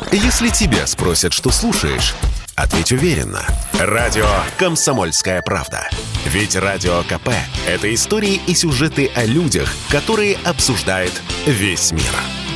Если тебя спросят, что слушаешь, ответь уверенно. Радио «Комсомольская правда». Ведь Радио КП – это истории и сюжеты о людях, которые обсуждает весь мир.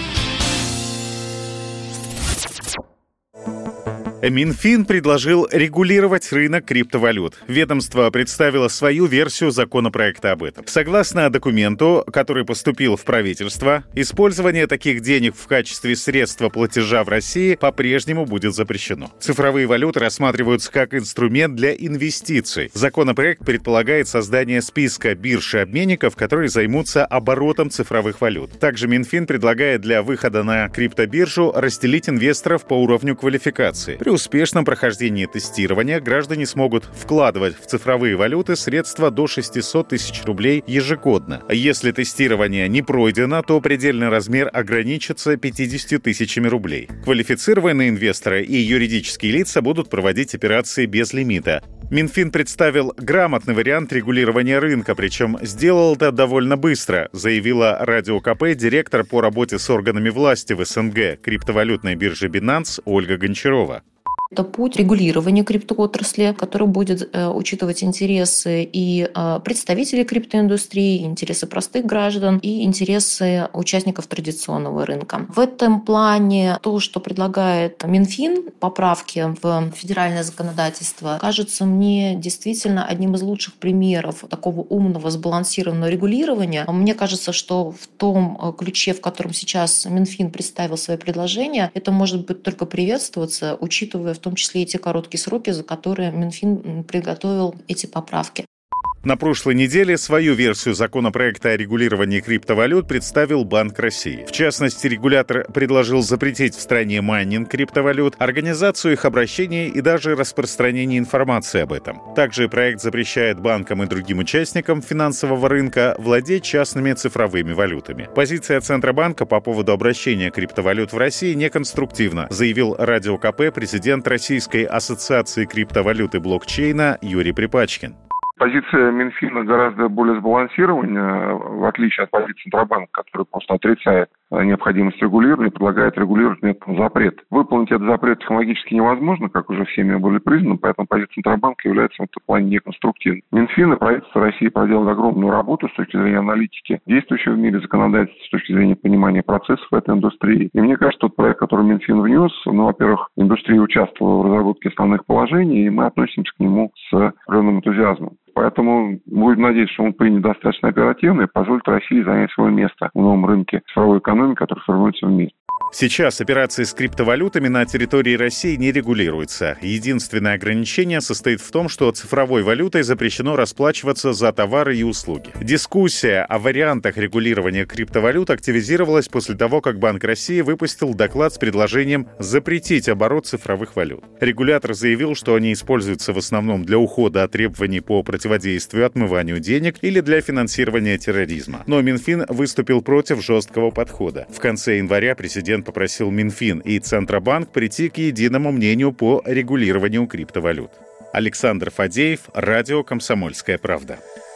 Минфин предложил регулировать рынок криптовалют. Ведомство представило свою версию законопроекта об этом. Согласно документу, который поступил в правительство, использование таких денег в качестве средства платежа в России по-прежнему будет запрещено. Цифровые валюты рассматриваются как инструмент для инвестиций. Законопроект предполагает создание списка бирж и обменников, которые займутся оборотом цифровых валют. Также Минфин предлагает для выхода на криптобиржу разделить инвесторов по уровню квалификации. При успешном прохождении тестирования граждане смогут вкладывать в цифровые валюты средства до 600 тысяч рублей ежегодно. Если тестирование не пройдено, то предельный размер ограничится 50 тысячами рублей. Квалифицированные инвесторы и юридические лица будут проводить операции без лимита. Минфин представил грамотный вариант регулирования рынка, причем сделал это довольно быстро, заявила Радио КП директор по работе с органами власти в СНГ криптовалютной биржи Binance Ольга Гончарова. Это путь регулирования криптоотрасли, который будет учитывать интересы и представителей криптоиндустрии, интересы простых граждан и интересы участников традиционного рынка. В этом плане то, что предлагает Минфин, поправки в федеральное законодательство, кажется мне действительно одним из лучших примеров такого умного, сбалансированного регулирования. Мне кажется, что в том ключе, в котором сейчас Минфин представил свои предложения, это может быть только приветствоваться, учитывая в том числе и те короткие сроки, за которые Минфин приготовил эти поправки. На прошлой неделе свою версию законопроекта о регулировании криптовалют представил Банк России. В частности, регулятор предложил запретить в стране майнинг криптовалют, организацию их обращения и даже распространение информации об этом. Также проект запрещает банкам и другим участникам финансового рынка владеть частными цифровыми валютами. Позиция Центробанка по поводу обращения криптовалют в России неконструктивна, заявил Радио КП президент Российской ассоциации криптовалют и блокчейна Юрий Припачкин. Позиция Минфина гораздо более сбалансированная, в отличие от позиции Центробанка, который просто отрицает необходимость регулирования и предлагает регулировать методом запрета. Выполнить этот запрет технологически невозможно, как уже всеми были признаны, поэтому позиция Центробанка является в этом плане неконструктивной. Минфин и правительство России проделали огромную работу с точки зрения аналитики действующего в мире законодательства, с точки зрения понимания процессов в этой индустрии. И мне кажется, тот проект, который Минфин внес, во-первых, индустрия участвовала в разработке основных положений, и мы относимся к нему с определенным энтузиазмом. Поэтому будем надеяться, что он принят достаточно оперативно и позволит России занять свое место в новом рынке цифровой экономики, который формируется в мире. Сейчас операции с криптовалютами на территории России не регулируются. Единственное ограничение состоит в том, что цифровой валютой запрещено расплачиваться за товары и услуги. Дискуссия о вариантах регулирования криптовалют активизировалась после того, как Банк России выпустил доклад с предложением запретить оборот цифровых валют. Регулятор заявил, что они используются в основном для ухода от требований по противодействию отмыванию денег или для финансирования терроризма. Но Минфин выступил против жесткого подхода. В конце января президент попросил Минфин и Центробанк прийти к единому мнению по регулированию криптовалют. Александр Фадеев, Радио «Комсомольская правда».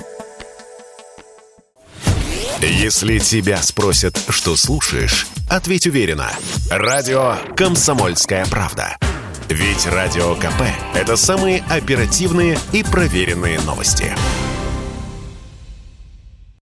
Если тебя спросят, что слушаешь, ответь уверенно. Радио «Комсомольская правда». Ведь Радио КП – это самые оперативные и проверенные новости.